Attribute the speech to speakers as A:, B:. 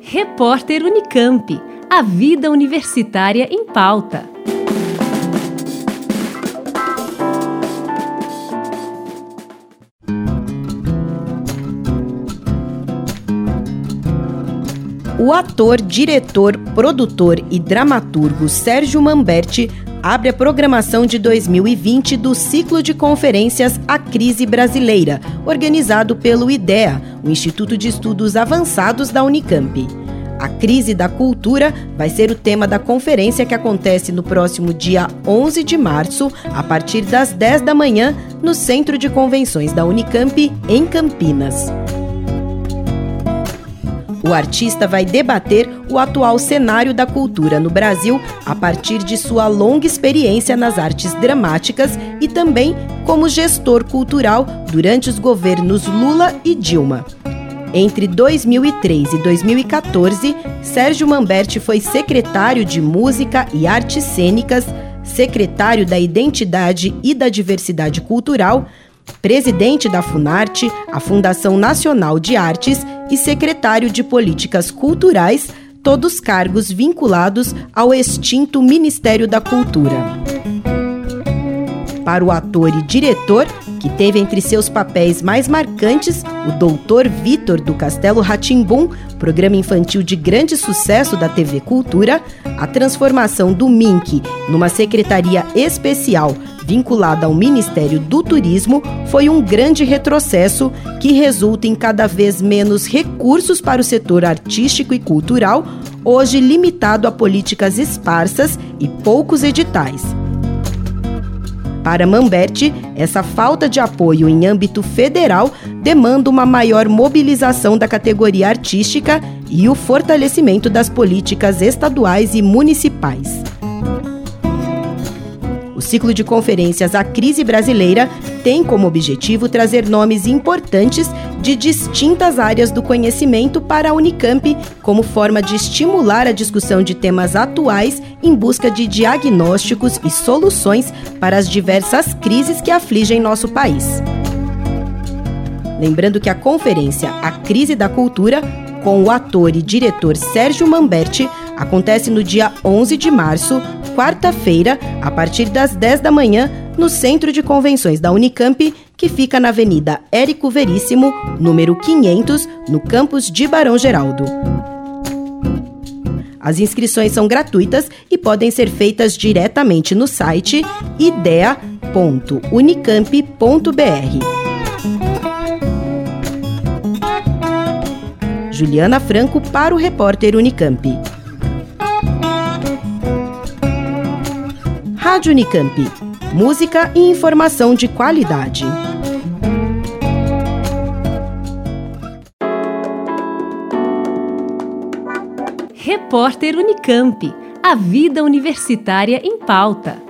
A: Repórter Unicamp. A vida universitária em pauta.
B: O ator, diretor, produtor e dramaturgo Sérgio Manberti abre a programação de 2020 do ciclo de conferências A Crise Brasileira, organizado pelo IDEA, o Instituto de Estudos Avançados da Unicamp. A crise da cultura vai ser o tema da conferência que acontece no próximo dia 11 de março, a partir das 10 da manhã, no Centro de Convenções da Unicamp, em Campinas. O artista vai debater o atual cenário da cultura no Brasil a partir de sua longa experiência nas artes dramáticas e também como gestor cultural durante os governos Lula e Dilma. Entre 2003 e 2014, Sérgio Manberti foi secretário de Música e Artes Cênicas, secretário da Identidade e da Diversidade Cultural, presidente da Funarte, a Fundação Nacional de Artes, e secretário de Políticas Culturais, todos cargos vinculados ao extinto Ministério da Cultura. Para o ator e diretor, que teve entre seus papéis mais marcantes o Dr. Vitor do Castelo Rá-Tim-Bum, programa infantil de grande sucesso da TV Cultura, a transformação do MINC numa secretaria especial vinculada ao Ministério do Turismo foi um grande retrocesso que resulta em cada vez menos recursos para o setor artístico e cultural, hoje limitado a políticas esparsas e poucos editais. Para Manberti, essa falta de apoio em âmbito federal demanda uma maior mobilização da categoria artística e o fortalecimento das políticas estaduais e municipais. O ciclo de conferências A Crise Brasileira tem como objetivo trazer nomes importantes de distintas áreas do conhecimento para a Unicamp, como forma de estimular a discussão de temas atuais em busca de diagnósticos e soluções para as diversas crises que afligem nosso país. Lembrando que a conferência A Crise da Cultura, com o ator e diretor Sérgio Manberti, acontece no dia 11 de março, quarta-feira, a partir das 10 da manhã, no Centro de Convenções da Unicamp, que fica na Avenida Érico Veríssimo, número 500, no campus de Barão Geraldo. As inscrições são gratuitas e podem ser feitas diretamente no site idea.unicamp.br. Juliana Franco para o Repórter Unicamp. Rádio Unicamp. Música e informação de qualidade.
A: Repórter Unicamp. A vida universitária em pauta.